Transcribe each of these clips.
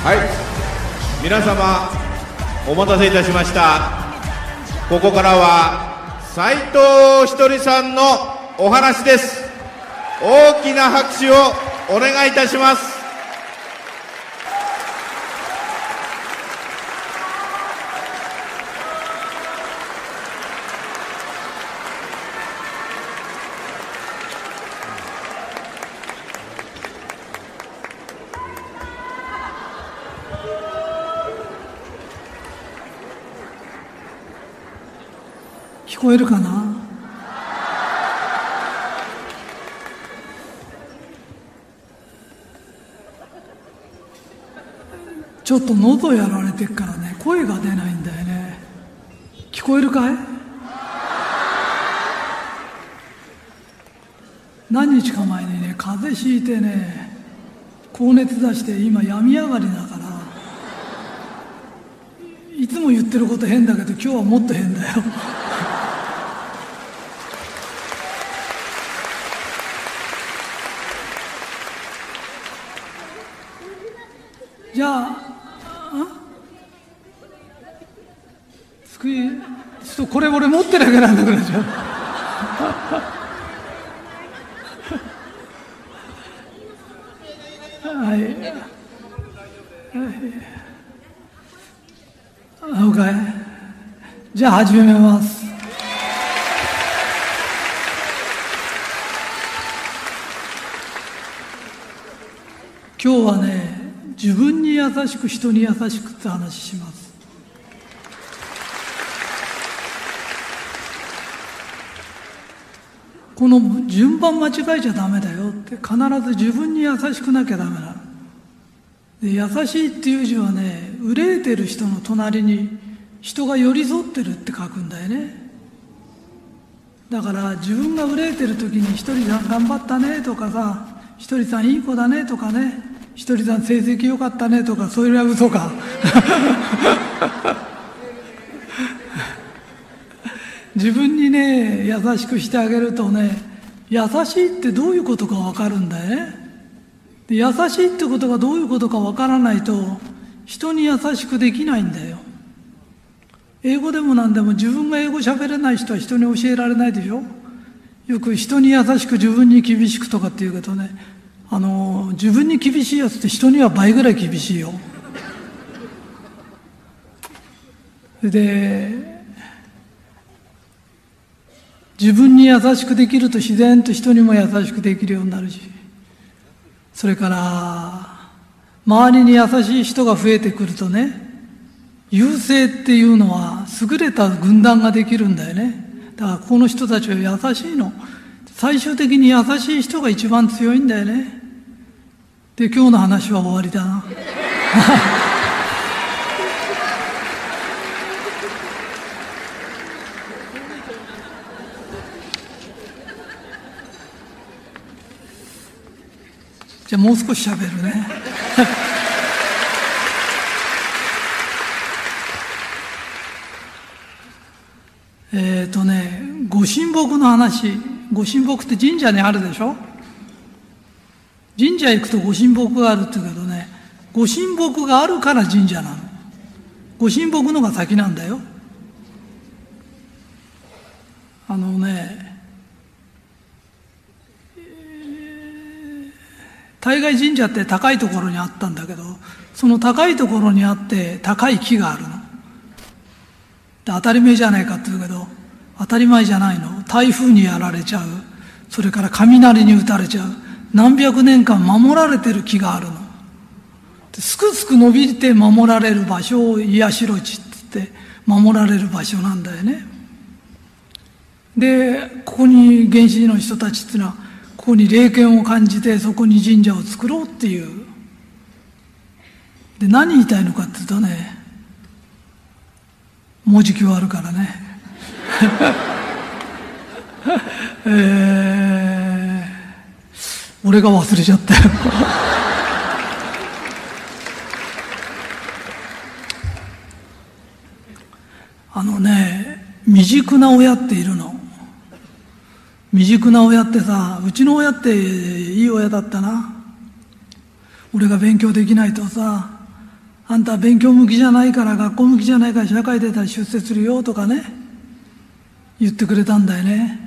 はい、皆様お待たせいたしました。ここからは斉藤ひとりさんのお話です。大きな拍手をお願いいたします。 聞こえるかな。ちょっと喉やられてるからね、声が出ないんだよね。聞こえるかい？何日か前にね、風邪ひいてね、高熱出して今病み上がりだから、いつも言ってること変だけど今日はもっと変だよ。じゃあ、机、ちょっとこれ俺持ってなきゃなんなくなっちゃう。はい。OK。じゃあ始めます。今日はね、自分に優しく人に優しくって話します。この順番間違えちゃダメだよって、必ず自分に優しくなきゃダメなの。で、優しいっていう字はね、憂えてる人の隣に人が寄り添ってるって書くんだよね。だから自分が憂えてる時にひとりさん頑張ったねとかさ、ひとりさんいい子だねとかね、ひとりさん成績良かったねとか、それは嘘か。自分にね、優しくしてあげるとね、優しいってどういうことか分かるんだよね。で、優しいってことがどういうことか分からないと、人に優しくできないんだよ。英語でも何でも自分が英語喋れない人は人に教えられないでしょ。よく人に優しく自分に厳しくとかって言うけどね、自分に厳しいやつって人には倍ぐらい厳しいよ。で、自分に優しくできると自然と人にも優しくできるようになるし、それから周りに優しい人が増えてくるとね、優勢っていうのは優れた軍団ができるんだよね。だからこの人たちは優しいの。最終的に優しい人が一番強いんだよね。で、今日の話は終わりだな。じゃあもう少し喋るね。ご神木の話。ご神木って神社にあるでしょ。神社行くとご神木があるって言うけどね、ご神木があるから神社なの。ご神木のが先なんだよ。大概神社って高いところにあったんだけど、その高いところにあって高い木があるの。で、当たり前じゃないかって言うけど、当たり前じゃないの。台風にやられちゃう。それから雷に打たれちゃう。何百年間守られてる木があるの。ですくすく伸びて守られる場所を癒しろ地って言って守られる場所なんだよね。で、ここに原始の人たちっていうのは、ここに霊験を感じてそこに神社を作ろうっていう。で、何言いたいのかっていうとね、もうじきはあるからね。俺が忘れちゃったよ。未熟な親っているの。未熟な親ってさ、うちの親っていい親だったな。俺が勉強できないとさ、 あんたは勉強向きじゃないから、学校向きじゃないから社会出たら出世するよとかね、言ってくれたんだよね。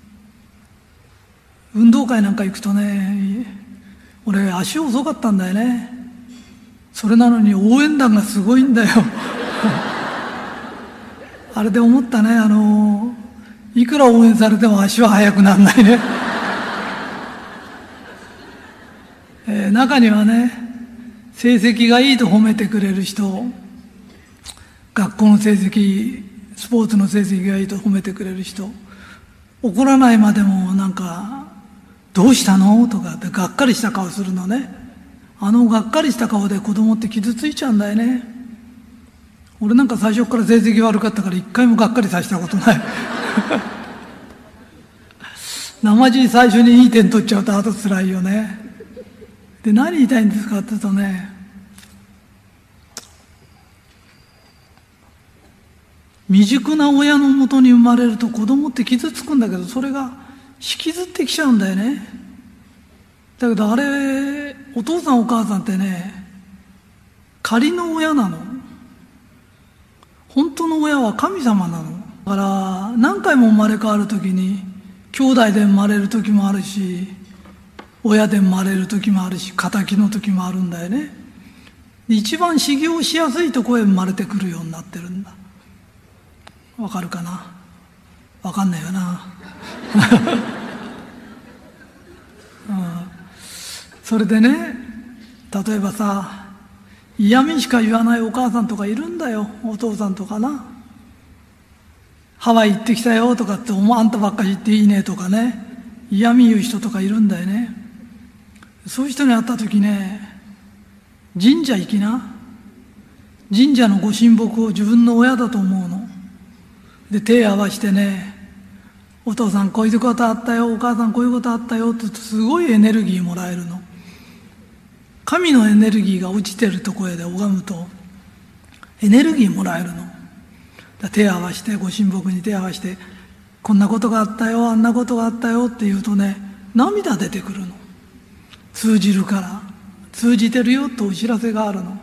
運動会なんか行くとね、俺足遅かったんだよね。それなのに応援団がすごいんだよあれで思ったね、いくら応援されても足は速くならないね中にはね、成績がいいと褒めてくれる人、学校の成績、スポーツの成績がいいと褒めてくれる人、怒らないまでもなんかどうしたのとかってがっかりした顔するのね。がっかりした顔で子供って傷ついちゃうんだよね。俺なんか最初から成績悪かったから一回もがっかりさせたことない生地最初にいい点取っちゃうとあと辛いよね。で、何言いたいんですかって言うとね、未熟な親のもとに生まれると子供って傷つくんだけど、それが引きずってきちゃうんだよね。だけどあれ、お父さんお母さんってね、仮の親なの。本当の親は神様なの。だから何回も生まれ変わるときに、兄弟で生まれるときもあるし、親で生まれるときもあるし、敵のときもあるんだよね。一番修行しやすいとこへ生まれてくるようになってるんだ。わかるかな？わかんないよな、それでね、例えばさ、嫌味しか言わないお母さんとかいるんだよ、お父さんとかな。ハワイ行ってきたよとかって、あんたばっかり言っていいねとかね、嫌味言う人とかいるんだよね。そういう人に会った時ね、神社行きな。神社のご神木を自分の親だと思うの。で、手合わしてね、お父さんこういうことあったよ、お母さんこういうことあったよって言うと、すごいエネルギーもらえるの。神のエネルギーが落ちてるところで拝むとエネルギーもらえるの。手合わして、ご神木に手合わして、こんなことがあったよ、あんなことがあったよって言うとね、涙出てくるの。通じるから、通じてるよとお知らせがあるの。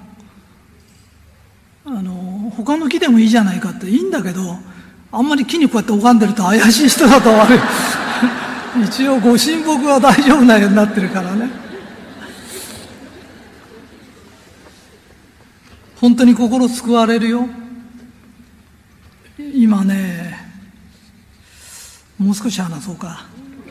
他の木でもいいじゃないかって、いいんだけど、あんまり木にこうやって拝んでると怪しい人だと悪い一応ご神木は大丈夫なようになってるからね。本当に心救われるよ。今ね、もう少し話そうか。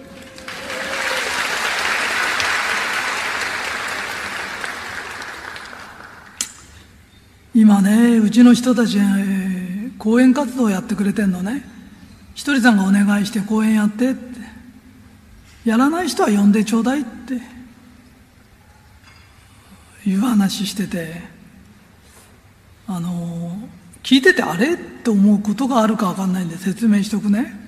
今ね、うちの人たち、講演活動をやってくれてんのね。ひとりさんがお願いして講演やってって、やらない人は呼んでちょうだいっていう話してて、聞いててあれって思うことがあるか分かんないんで説明しとくね。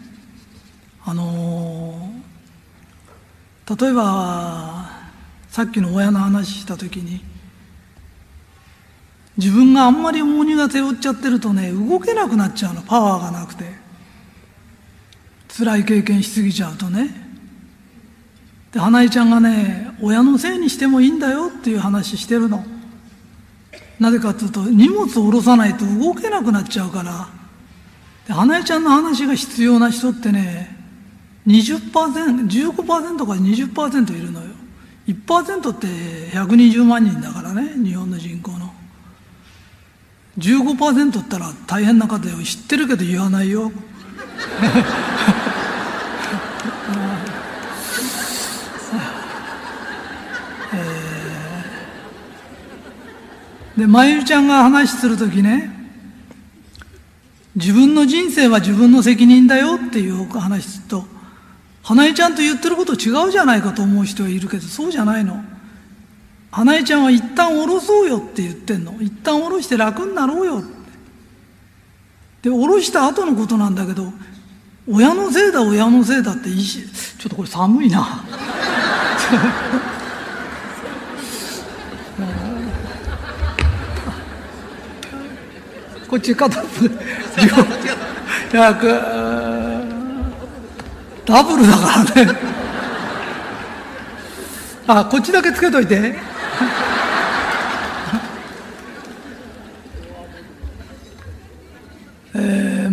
例えばさっきの親の話した時に、自分があんまり重荷が背負っちゃってるとね、動けなくなっちゃうの。パワーがなくて、辛い経験しすぎちゃうとね。で、花江ちゃんがね、親のせいにしてもいいんだよっていう話してるの。なぜかというと、荷物を下ろさないと動けなくなっちゃうから。で、花江ちゃんの話が必要な人ってね、20%、15% から 20% いるのよ。1% って120万人だからね、日本の人口の。15% ったら大変な方よ。知ってるけど言わないよで、まゆみちゃんが話するときね、自分の人生は自分の責任だよっていう話すると、花江ちゃんと言ってること違うじゃないかと思う人はいるけど、そうじゃないの。花江ちゃんは一旦下ろそうよって言ってんの。一旦下ろして楽になろうよって。で、下ろした後のことなんだけど、親のせいだ親のせいだってちょっとこれ寒いなこっち片っぽダブルだからねこっちだけつけといて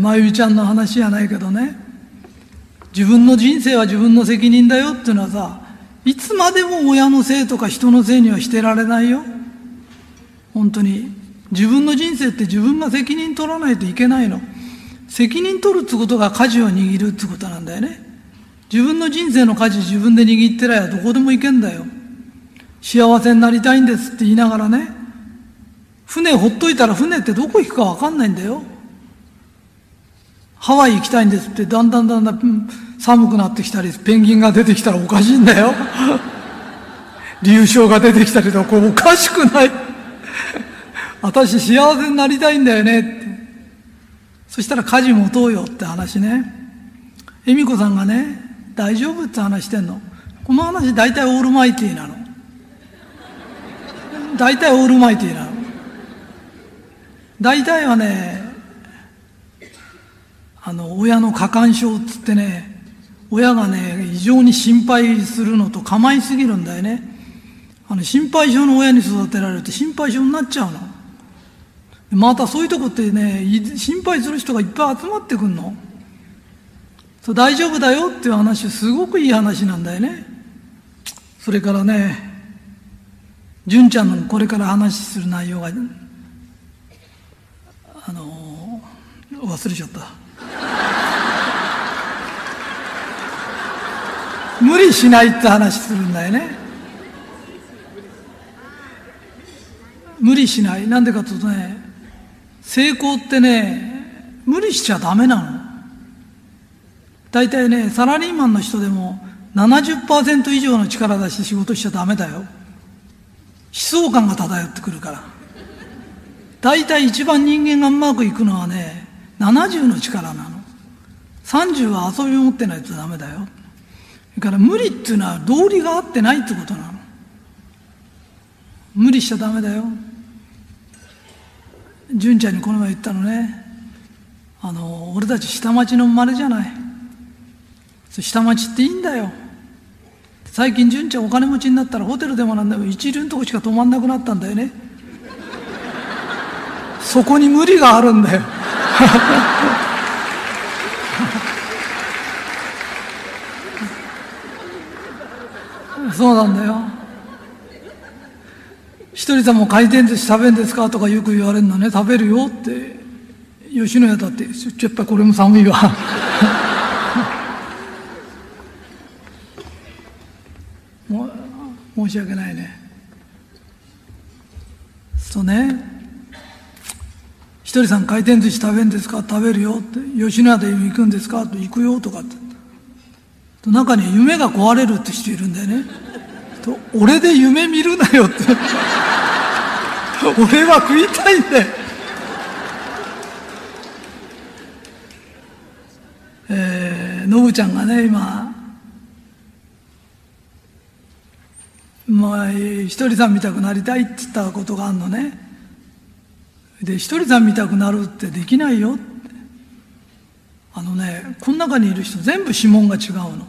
まゆみちゃんの話じゃないけどね、自分の人生は自分の責任だよっていうのはさ、いつまでも親のせいとか人のせいにはしてられないよ。本当に自分の人生って自分が責任取らないといけないの。責任取るってことが舵を握るってことなんだよね。自分の人生の舵自分で握ってりゃどこでも行けんだよ。幸せになりたいんですって言いながらね、船ほっといたら船ってどこ行くか分かんないんだよ。ハワイ行きたいんですってだんだん寒くなってきたり、ペンギンが出てきたらおかしいんだよ。流氷が出てきたりとか、これおかしくない。私幸せになりたいんだよねって。そしたら舵持とうよって話ね。恵美子さんがね、大丈夫って話してんの。この話大体オールマイティーなの。大体オールマイティーなの。大体はね、親の過干渉っつってね、親がね異常に心配するのと構いすぎるんだよね。心配性の親に育てられると心配性になっちゃうの。またそういうとこってね、心配する人がいっぱい集まってくるの。そう、大丈夫だよっていう話、すごくいい話なんだよね。それからね、純ちゃんのこれから話する内容が忘れちゃった。無理しないって話するんだよね。無理しない。なんでかというとね、成功ってね、無理しちゃダメなの。大体ね、サラリーマンの人でも 70% 以上の力出して仕事しちゃダメだよ。悲壮感が漂ってくるから。大体一番人間がうまくいくのはね、70の力なの。30は遊び持ってないとダメだよ。だから無理っていうのは道理が合ってないってことなの。無理しちゃダメだよ。純ちゃんにこの前言ったのね、俺たち下町の生まれじゃない。下町っていいんだよ。最近純ちゃんお金持ちになったらホテルでもなんでも一流のとこしか泊まんなくなったんだよね。そこに無理があるんだよ。そうなんだよ。ひとりさんも回転寿司食べるんですかとかよく言われるのね。食べるよって。吉野家だってやっぱりこれも寒いわ。申し訳ないね。そうね、ひとりさん回転寿司食べるんですか。食べるよって。吉野家で行くんですかと。行くよとかって。中に夢が壊れるって人いるんだよね。俺で夢見るなよって。俺は食いたいんだよ。のぶちゃんがね、今ひとりさん見たくなりたいって言ったことがあるのね。で、ひとりさん見たくなるってできないよって。この中にいる人全部指紋が違うの。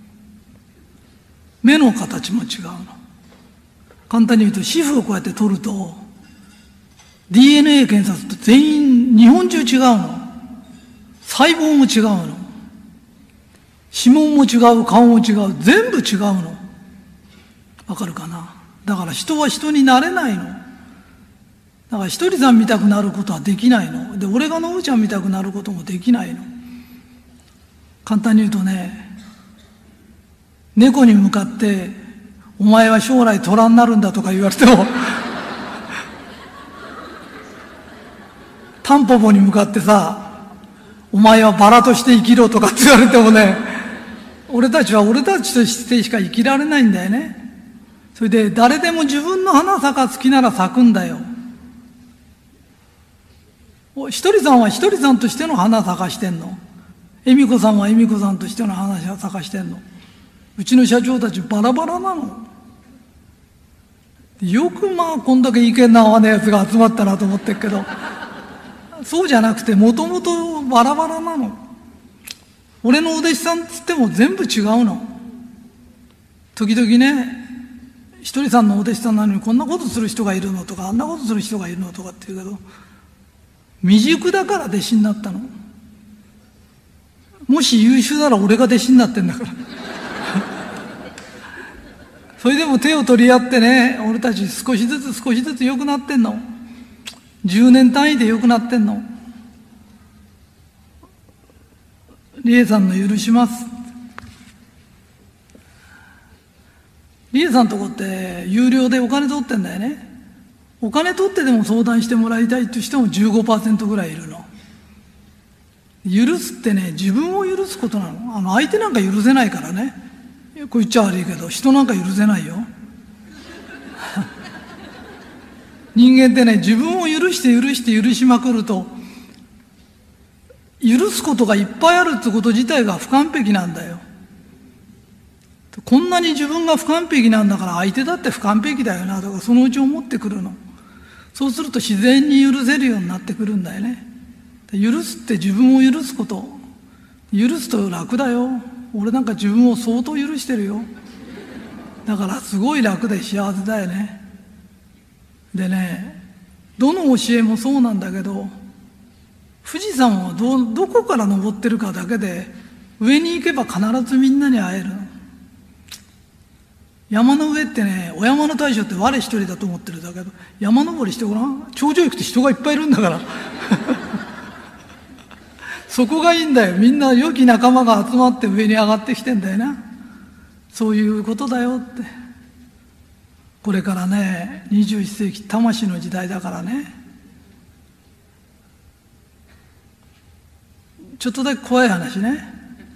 目の形も違うの。簡単に言うと皮膚をこうやって取ると DNA 検査すると全員日本中違うの。細胞も違うの。指紋も違う、顔も違う、全部違うの。わかるかな。だから人は人になれないの。だからひとりさん見たくなることはできないので、俺がのぶちゃん見たくなることもできないの。簡単に言うとね、猫に向かってお前は将来虎になるんだとか言われてもタンポポに向かってさ、お前はバラとして生きろとかって言われてもね、俺たちは俺たちとしてしか生きられないんだよね。それで誰でも自分の花咲か好きなら咲くんだよ。ひとりさんはひとりさんとしての花咲かしてんの。恵美子さんは恵美子さんとしての花咲かしてんの。うちの社長たちバラバラなの。よくこんだけ意見の合わないやつが集まったなと思ってるけど、そうじゃなくてもともとバラバラなの。俺のお弟子さんっつっても全部違うの。時々ね、ひとりさんのお弟子さんなのにこんなことする人がいるのとか、あんなことする人がいるのとかって言うけど、未熟だから弟子になったの。 もし優秀なら俺が弟子になってんだからそれでも手を取り合ってね、俺たち少しずつ良くなってんの。10年単位で良くなってんの。理恵さんの許します。理恵さんとこって有料でお金取ってんだよね。お金取ってでも相談してもらいたいっていう人も 15% ぐらいいるの。許すってね、自分を許すことなの。相手なんか許せないからね。こう言っちゃ悪いけど、人なんか許せないよ人間ってね、自分を許しまくると、許すことがいっぱいあるってこと自体が不完璧なんだよ。こんなに自分が不完璧なんだから相手だって不完璧だよなとか、そのうち思ってくるの。そうすると自然に許せるようになってくるんだよね。許すって自分を許すこと。許すと楽だよ。俺なんか自分を相当許してるよ。だからすごい楽で幸せだよね。でね、どの教えもそうなんだけど、富士山はどこから登ってるかだけで、上に行けば必ずみんなに会えるの。山の上ってね、お山の大将って我一人だと思ってるんだけど、山登りしてごらん。頂上行くと人がいっぱいいるんだからそこがいいんだよ。みんな良き仲間が集まって上に上がってきてんだよな。そういうことだよって。これからね、21世紀魂の時代だからね。ちょっとだけ怖い話ね。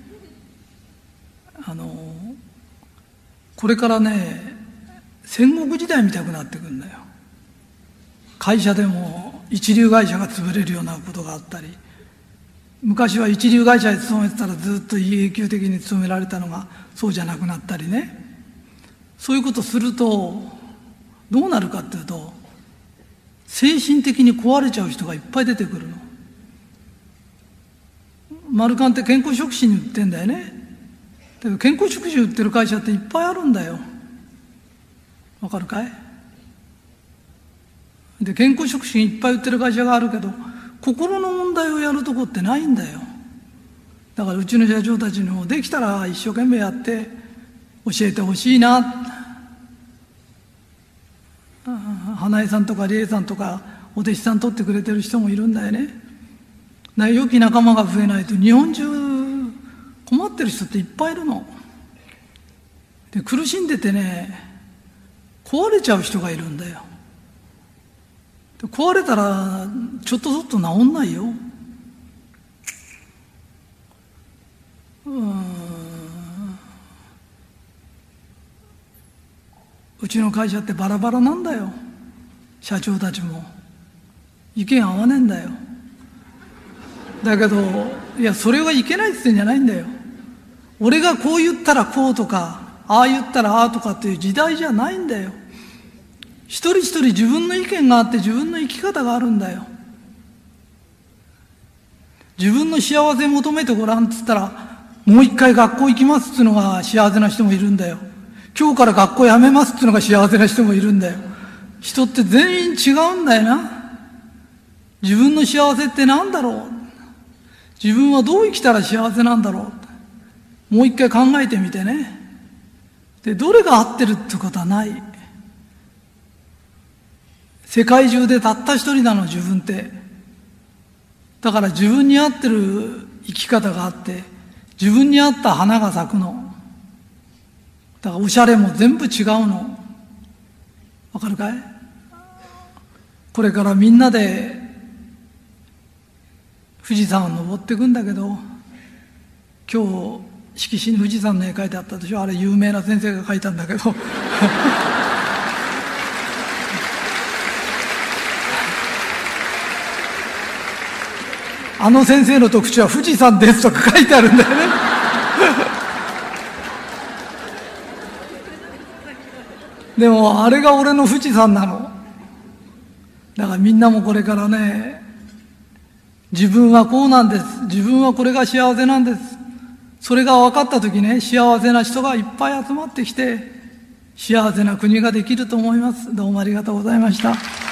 これからね、戦国時代見たくなってくるんだよ。会社でも一流会社が潰れるようなことがあったり、昔は一流会社に勤めてたらずっと永久的に勤められたのがそうじゃなくなったりね。そういうことするとどうなるかっていうと、精神的に壊れちゃう人がいっぱい出てくるの。マルカンって健康食品に売ってんだよね。だけど健康食品売ってる会社っていっぱいあるんだよ。わかるかい？で、健康食品いっぱい売ってる会社があるけど、心の問題をやるとこってないんだよ。だからうちの社長たちにもできたら一生懸命やって教えてほしいな。花江さんとか理恵さんとかお弟子さん取ってくれてる人もいるんだよね。良き仲間が増えないと日本中困ってる人っていっぱいいるの。で、苦しんでてね、壊れちゃう人がいるんだよ。で、壊れたらちょっとずつ治んないよ。うちの会社ってバラバラなんだよ。社長たちも意見合わねえんだよ。だけど、いや、それはいけないって言ってんじゃないんだよ。俺がこう言ったらこうとか、ああ言ったらああとかっていう時代じゃないんだよ。一人一人自分の意見があって自分の生き方があるんだよ。自分の幸せ求めてごらんって言ったら、もう一回学校行きますっていうのが幸せな人もいるんだよ。今日から学校辞めますっていうのが幸せな人もいるんだよ。人って全員違うんだよな。自分の幸せって何だろう。自分はどう生きたら幸せなんだろう。もう一回考えてみてね。で、どれが合ってるってことはない。世界中でたった一人なの、自分って。だから自分に合ってる生き方があって、自分に合った花が咲くの。だからおしゃれも全部違うの。わかるかい？これからみんなで富士山を登っていくんだけど、今日色紙に富士山の絵描いてあったでしょ。あれ有名な先生が描いたんだけどあの先生の特徴は富士山ですとか書いてあるんだよねでもあれが俺の富士山なの。だからみんなもこれからね、自分はこうなんです、自分はこれが幸せなんです、それが分かった時ね、幸せな人がいっぱい集まってきて幸せな国ができると思います。どうもありがとうございました。